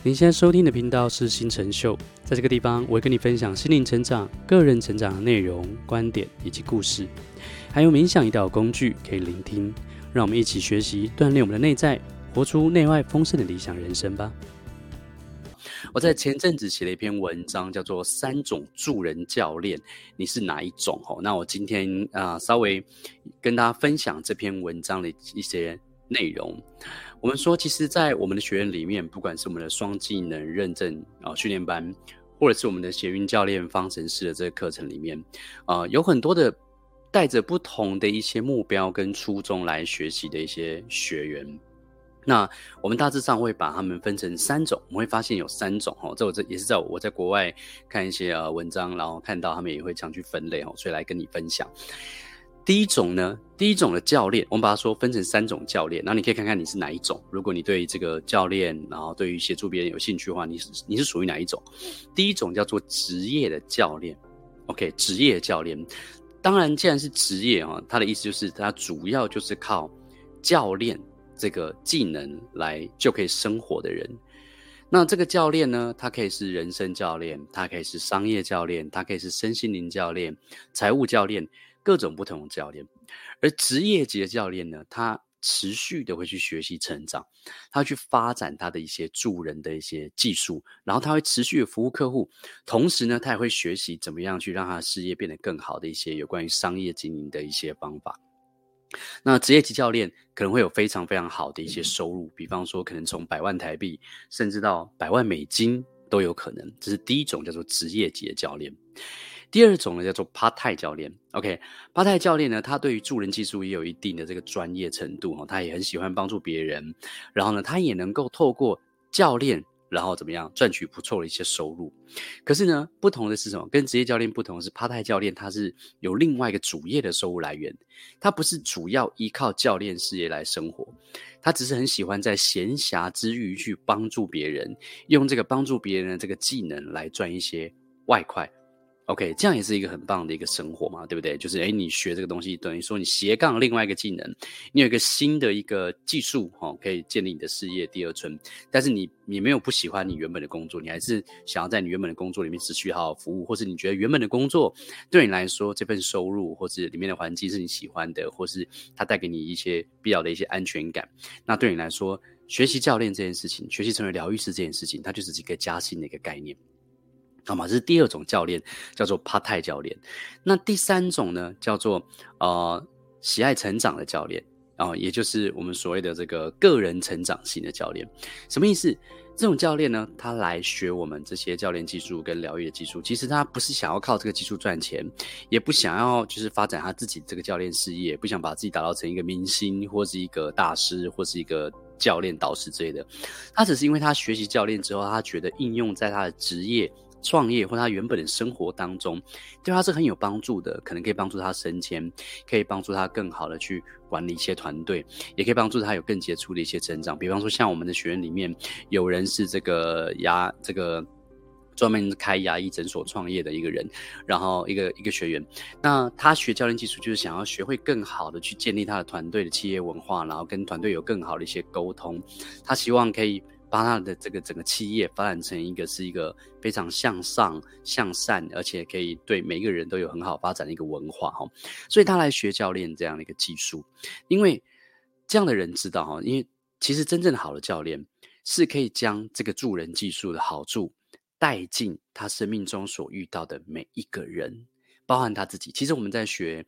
您现在收听的频道是新成秀，在这个地方我会跟你分享心灵成长、个人成长的内容、观点以及故事，还有冥想引导工具可以聆听，让我们一起学习锻炼我们的内在，活出内外丰盛的理想人生吧。我在前阵子写了一篇文章，叫做3种助人教练，你是哪一种？那我今天稍微跟大家分享这篇文章的一些内容。我们说，其实在我们的学院里面，不管是我们的双技能认证训练班，或者是我们的协运教练方程式的这个课程里面，有很多的带着不同的一些目标跟初衷来学习的一些学员。那我们大致上会把他们分成3种，我们会发现有3种这也是我在国外看一些文章，然后看到他们也会这样去分类所以来跟你分享。第一种的教练，我们把它说分成3种教练，然后你可以看看你是哪一种。如果你对这个教练，然后对于协助别人有兴趣的话，你是属于哪一种？第一种叫做职业的教练 ，OK， 职业教练。当然，既然是职业它的意思就是它主要就是靠教练这个技能来就可以生活的人。那这个教练呢，他可以是人生教练，他可以是商业教练，他可以是身心灵教练、财务教练，各种不同的教练。而职业级的教练呢，他持续的会去学习成长，他会去发展他的一些助人的一些技术，然后他会持续的服务客户，同时呢，他也会学习怎么样去让他的事业变得更好的一些有关于商业经营的一些方法。那职业级教练可能会有非常非常好的一些收入，比方说可能从100万台币甚至到100万美金都有可能，这是第一种叫做职业级的教练。第二种呢叫做 part-time 教练 ，OK，part-time 教练呢，他对于助人技术也有一定的这个专业程度他也很喜欢帮助别人，然后呢，他也能够透过教练然后怎么样赚取不错的一些收入。可是呢，不同的是什么？跟职业教练不同的是 part-time 教练他是有另外一个主业的收入来源，他不是主要依靠教练事业来生活，他只是很喜欢在闲暇之余去帮助别人，用这个帮助别人的这个技能来赚一些外快。OK， 这样也是一个很棒的一个生活嘛，对不对？就是你学这个东西，等于说你斜杠另外一个技能，你有一个新的一个技术可以建立你的事业第二春。但是你没有不喜欢你原本的工作，你还是想要在你原本的工作里面持续好好服务，或是你觉得原本的工作对你来说这份收入或是里面的环境是你喜欢的，或是它带给你一些必要的一些安全感，那对你来说学习教练这件事情，学习成为疗愈师这件事情，它就只是一个加薪的一个概念。好吗？这是第2种教练，叫做 part-time 教练。那第3种呢，叫做喜爱成长的教练也就是我们所谓的这个个人成长型的教练。什么意思？这种教练呢，他来学我们这些教练技术跟疗愈的技术，其实他不是想要靠这个技术赚钱，也不想要就是发展他自己这个教练事业，不想把自己打造成一个明星或是一个大师或是一个教练导师之类的。他只是因为他学习教练之后，他觉得应用在他的职业创业或他原本的生活当中，对他是很有帮助的，可能可以帮助他升迁，可以帮助他更好的去管理一些团队，也可以帮助他有更杰出的一些成长。比方说像我们的学员里面，有人是这个专门开牙医诊所创业的一个人，然后一个学员，那他学教练技术就是想要学会更好的去建立他的团队的企业文化，然后跟团队有更好的一些沟通，他希望可以把他的这个整个企业发展成一个非常向上向善，而且可以对每一个人都有很好发展的一个文化所以他来学教练这样的一个技术。因为这样的人知道因为其实真正好的教练是可以将这个助人技术的好处带进他生命中所遇到的每一个人，包含他自己。其实我们在学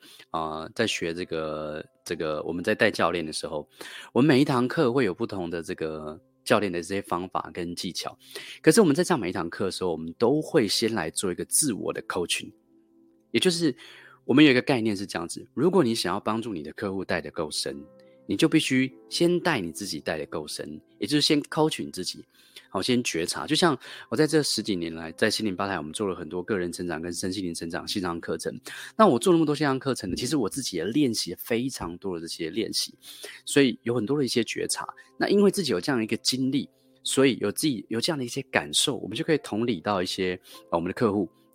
这个我们在带教练的时候，我们每一堂课会有不同的这个教练的这些方法跟技巧。可是我们在上每一堂课的时候，我们都会先来做一个自我的 coaching， 也就是我们有一个概念是这样子：如果你想要帮助你的客户带得够深，你就必须先带你自己带得够深，也就是先 coach 你自己。好，先觉察。就像我在这10几年来，在心灵吧台，我们做了很多个人成长跟身心灵成长线上课程。那我做那么多线上课程呢，其实我自己也练习非常多的这些练习，所以有很多的一些觉察。那因为自己有这样一个经历，所以有这样的一些感受，我们就可以同理到一些我们的客户，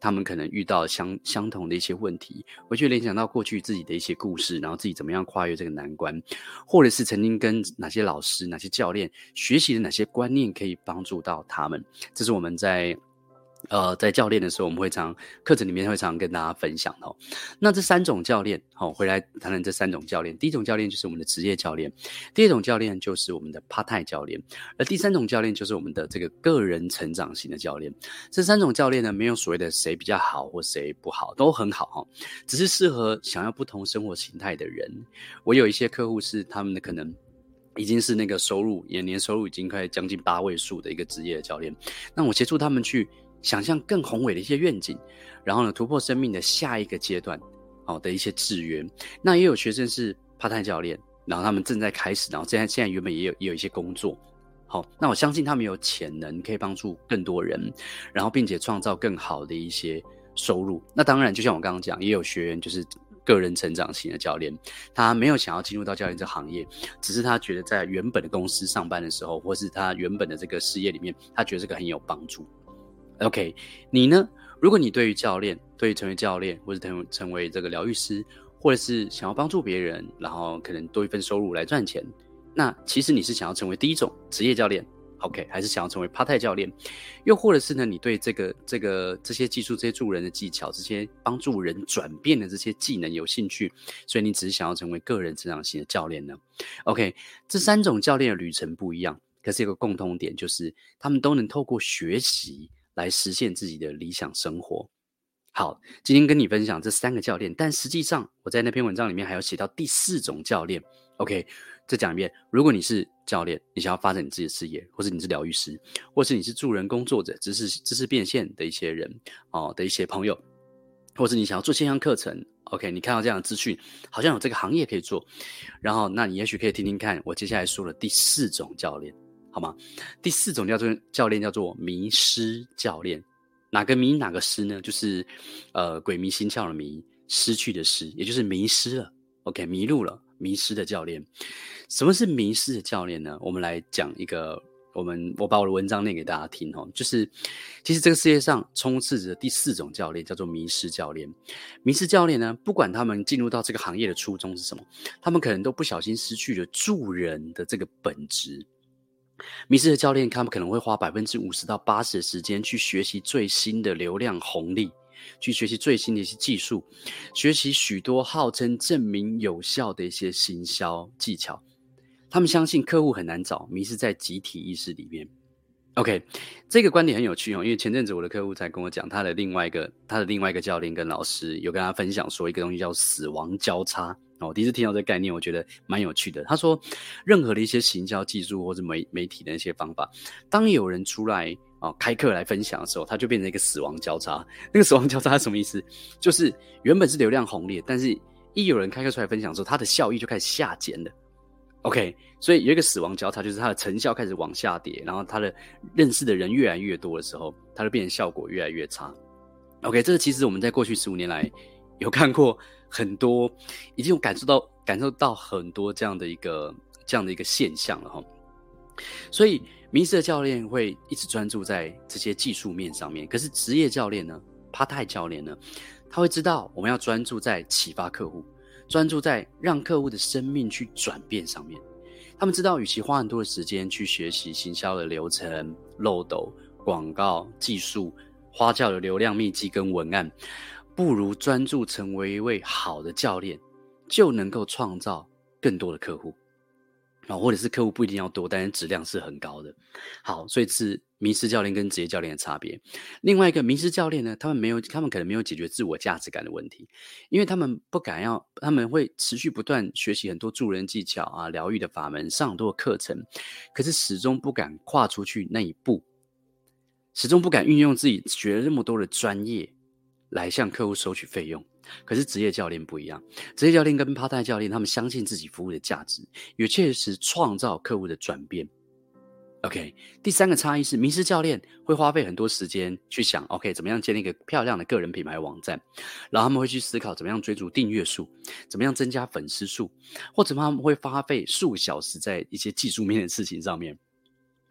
他们可能遇到相同的一些问题，回去联想到过去自己的一些故事，然后自己怎么样跨越这个难关，或者是曾经跟哪些老师、哪些教练学习的哪些观念可以帮助到他们。这是我们在教练的时候，我们课程里面会常跟大家分享的。那这3种教练，回来谈谈这3种教练。第一种教练就是我们的职业教练，第二种教练就是我们的 part-time 教练，而第3种教练就是我们的这个个人成长型的教练。这3种教练呢，没有所谓的谁比较好或谁不好，都很好，只是适合想要不同生活形态的人。我有一些客户是他们的可能已经是那个年收入已经快将近8位数的一个职业的教练，那我协助他们去想象更宏伟的一些愿景，然后呢，突破生命的下一个阶段的一些制约。那也有学生是 part-time 教练，然后他们正在开始，然后现在原本也有一些工作。好，那我相信他们有潜能可以帮助更多人，然后并且创造更好的一些收入。那当然就像我刚刚讲，也有学员就是个人成长型的教练，他没有想要进入到教练这行业，只是他觉得在原本的公司上班的时候，或是他原本的这个事业里面，他觉得这个很有帮助。OK， 你呢？如果你对于成为教练，或者成为这个疗愈师，或者是想要帮助别人，然后可能多一份收入来赚钱，那其实你是想要成为第一种职业教练 ，OK， 还是想要成为 part-time 教练？又或者是呢，你对这些技术、这些助人的技巧、这些帮助人转变的这些技能有兴趣，所以你只是想要成为个人成长型的教练呢 ？OK， 这3种教练的旅程不一样，可是有个共通点，就是他们都能透过学习来实现自己的理想生活。好，今天跟你分享这3个教练，但实际上我在那篇文章里面还有写到第4种教练。OK， 再讲一遍，如果你是教练，你想要发展你自己的事业，或是你是疗愈师，或是你是助人工作者、知识变现的一些人的一些朋友，或是你想要做线上课程 ，OK， 你看到这样的资讯，好像有这个行业可以做，然后那你也许可以听听看我接下来说的第4种教练。好吗？第4种教练叫做迷失教练。哪个迷哪个失呢？就是鬼迷心窍的迷，失去的失，也就是迷失了 OK， 迷路了，迷失的教练。什么是迷失的教练呢？我们来讲一个我把我的文章念给大家听就是其实这个世界上充斥着第4种教练，叫做迷失教练。迷失教练呢，不管他们进入到这个行业的初衷是什么，他们可能都不小心失去了助人的这个本质。迷失的教练，他们可能会花50%到80%的时间去学习最新的流量红利，去学习最新的一些技术，学习许多号称证明有效的一些行销技巧。他们相信客户很难找，迷失在集体意识里面。OK， 这个观点很有趣因为前阵子我的客户才跟我讲，他的另外一个教练跟老师有跟他分享说一个东西叫死亡交叉。我第一次听到这个概念，我觉得蛮有趣的。他说，任何的一些行销技术或者媒体的一些方法，当有人出来开课来分享的时候，它就变成一个死亡交叉。那个死亡交叉是什么意思？就是原本是流量红利，但是一有人开课出来分享的时候，它的效益就开始下减了。OK， 所以有一个死亡交叉，就是它的成效开始往下跌，然后它的认识的人越来越多的时候，它就变成效果越来越差。OK， 这个其实我们在过去15年来有看过很多，已经有感受到很多这样的一个现象了所以迷失的教练会一直专注在这些技术面上面，可是职业教练呢 ，part-time 教练呢，他会知道我们要专注在启发客户，专注在让客户的生命去转变上面。他们知道，与其花很多的时间去学习行销的流程、漏斗、广告、技术、花俏的流量秘籍跟文案，不如专注成为一位好的教练，就能够创造更多的客户。或者是客户不一定要多，但是质量是很高的。好，所以是迷失教练跟职业教练的差别。另外一个迷失教练呢，他们可能没有解决自我价值感的问题，因为他们他们会持续不断学习很多助人技巧啊、疗愈的法门，上很多的课程，可是始终不敢跨出去那一步，始终不敢运用自己学了那么多的专业来向客户收取费用。可是职业教练不一样，职业教练跟 part-time 教练，他们相信自己服务的价值，也确实创造客户的转变。OK， 第3个差异是，迷失教练会花费很多时间去想 OK 怎么样建立一个漂亮的个人品牌网站，然后他们会去思考怎么样追逐订阅数，怎么样增加粉丝数，或者他们会花费数小时在一些技术面的事情上面。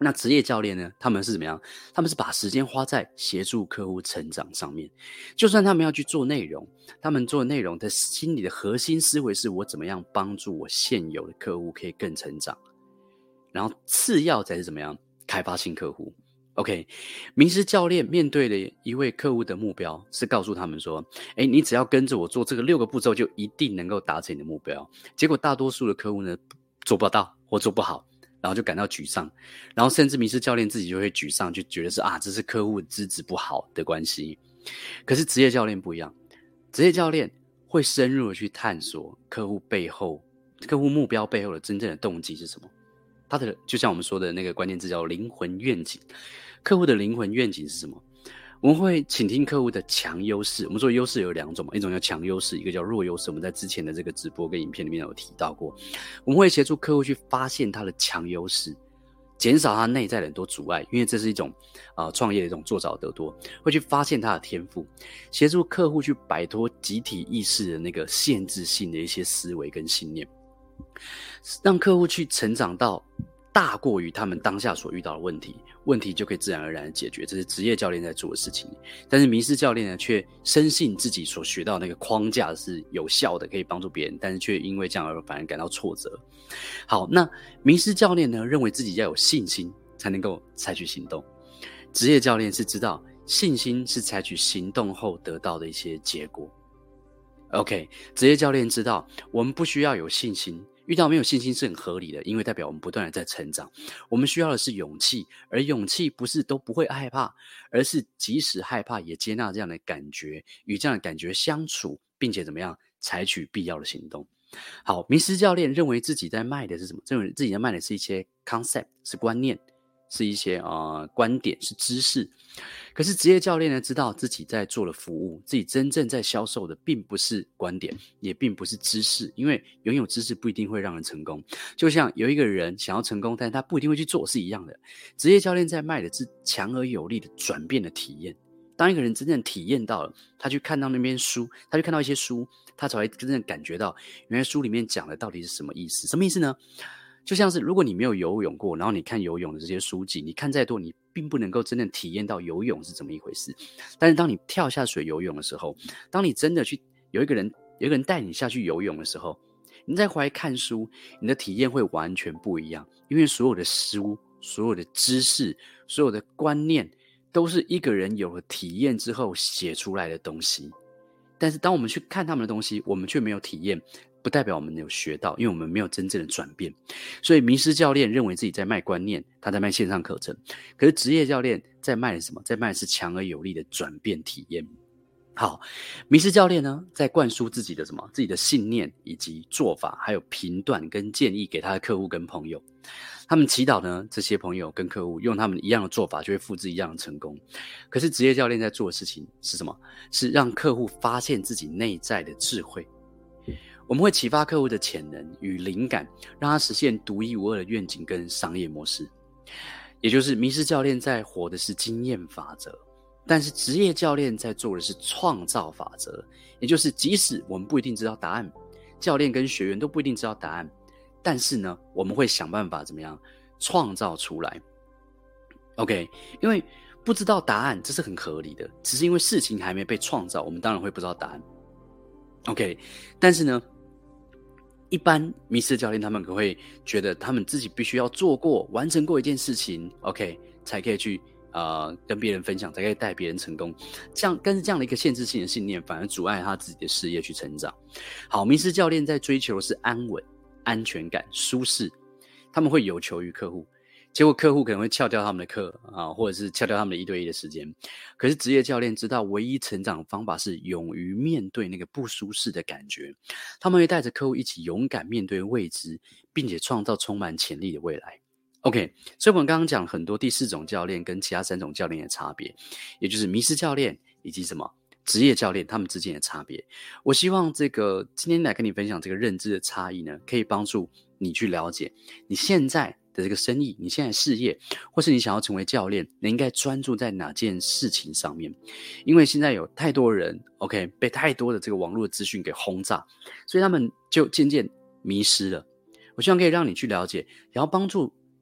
那职业教练呢？他们是怎么样？他们是把时间花在协助客户成长上面。就算他们要去做内容，他们做内容的心理的核心思维是我怎么样帮助我现有的客户可以更成长，然后次要才是怎么样开发新客户。OK， 名师教练面对的一位客户的目标是告诉他们说，你只要跟着我做这个6个步骤，就一定能够达成你的目标。结果大多数的客户呢，做不到或做不好，然后就感到沮丧，然后甚至名师教练自己就会沮丧，就觉得是这是客户资质不好的关系。可是职业教练不一样，职业教练会深入的去探索客户目标背后的真正的动机是什么。他的就像我们说的那个关键字叫灵魂愿景，客户的灵魂愿景是什么？我们会倾听客户的强优势。我们说优势有2种嘛，一种叫强优势，一个叫弱优势。我们在之前的这个直播跟影片里面有提到过，我们会协助客户去发现他的强优势，减少他内在的很多阻碍，因为这是一种创业的一种做早得多，会去发现他的天赋，协助客户去摆脱集体意识的那个限制性的一些思维跟信念，让客户去成长到大过于他们当下所遇到的问题就可以自然而然的解决，这是职业教练在做的事情。但是名师教练呢，却深信自己所学到的那个框架是有效的，可以帮助别人，但是却因为这样而反而感到挫折。好，那名师教练呢，认为自己要有信心才能够采取行动，职业教练是知道信心是采取行动后得到的一些结果。OK， 职业教练知道我们不需要有信心，遇到没有信心是很合理的，因为代表我们不断的在成长。我们需要的是勇气，而勇气不是都不会害怕，而是即使害怕也接纳这样的感觉，与这样的感觉相处，并且怎么样采取必要的行动。好，名师教练认为自己在卖的是什么？认为自己在卖的是一些 concept， 是观念，是一些观点，是知识。可是职业教练呢，知道自己在做的服务，自己真正在销售的并不是观点，也并不是知识，因为拥有知识不一定会让人成功。就像有一个人想要成功，但是他不一定会去做是一样的。职业教练在卖的是强而有力的转变的体验。当一个人真正体验到了，他去看到那边书，他去看到一些书，他才会真正感觉到原来书里面讲的到底是什么意思。什么意思呢？就像是如果你没有游泳过，然后你看游泳的这些书籍，你看再多，你并不能够真正体验到游泳是怎么一回事。但是当你跳下水游泳的时候，当你真的去有一个人带你下去游泳的时候，你再回来看书，你的体验会完全不一样。因为所有的书、所有的知识、所有的观念，都是一个人有了体验之后写出来的东西。但是当我们去看他们的东西，我们却没有体验，不代表我们有学到，因为我们没有真正的转变。所以名师教练认为自己在卖观念，他在卖线上课程，可是职业教练在卖的是什么？在卖的是强而有力的转变体验。好，名师教练呢，在灌输自己的什么？自己的信念以及做法，还有评断跟建议给他的客户跟朋友。他们祈祷呢，这些朋友跟客户用他们一样的做法，就会复制一样的成功。可是职业教练在做的事情是什么？是让客户发现自己内在的智慧。我们会启发客户的潜能与灵感，让他实现独一无二的愿景跟商业模式。也就是名师教练在活的是经验法则，但是职业教练在做的是创造法则。也就是即使我们不一定知道答案，教练跟学员都不一定知道答案，但是呢，我们会想办法怎么样创造出来。OK， 因为不知道答案这是很合理的，只是因为事情还没被创造，我们当然会不知道答案。OK， 但是呢，一般迷失教练他们可能会觉得他们自己必须要做过、完成过一件事情 ，OK， 才可以去跟别人分享，才可以带别人成功。但是这样的一个限制性的信念，反而阻碍他自己的事业去成长。好，迷失教练在追求的是安稳、安全感、舒适，他们会有求于客户。结果客户可能会翘掉他们的课或者是翘掉他们的1对1的时间。可是职业教练知道唯一成长的方法是勇于面对那个不舒适的感觉。他们会带着客户一起勇敢面对未知，并且创造充满潜力的未来。OK， 所以我们刚刚讲很多第4种教练跟其他3种教练的差别，也就是迷失教练以及什么职业教练他们之间的差别。我希望今天来跟你分享这个认知的差异呢，可以帮助你去了解你现在的这个生意，你现在的事业，或是你想要成为教练，你应该专注在哪件事情上面。因为现在有太多人 OK 被太多的这个网络的资讯给轰炸，所以他们就渐渐迷失了。我希望可以让你去了解，然后帮助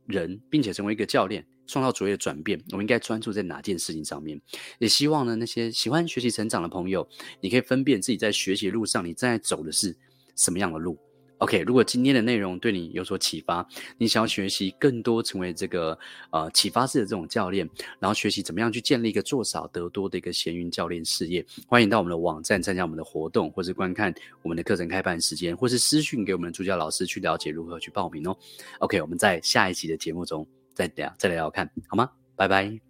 人，并且成为一个教练，创造卓越的转变，我们应该专注在哪件事情上面？也希望呢，那些喜欢学习成长的朋友，你可以分辨自己在学习的路上，你正在走的是什么样的路。OK， 如果今天的内容对你有所启发，你想要学习更多，成为这个启发式的这种教练，然后学习怎么样去建立一个做少得多的一个闲云教练事业，欢迎到我们的网站参加我们的活动，或是观看我们的课程开办时间，或是私讯给我们的助教老师去了解如何去报名哦。OK， 我们在下一期的节目中再聊看，好吗？拜拜。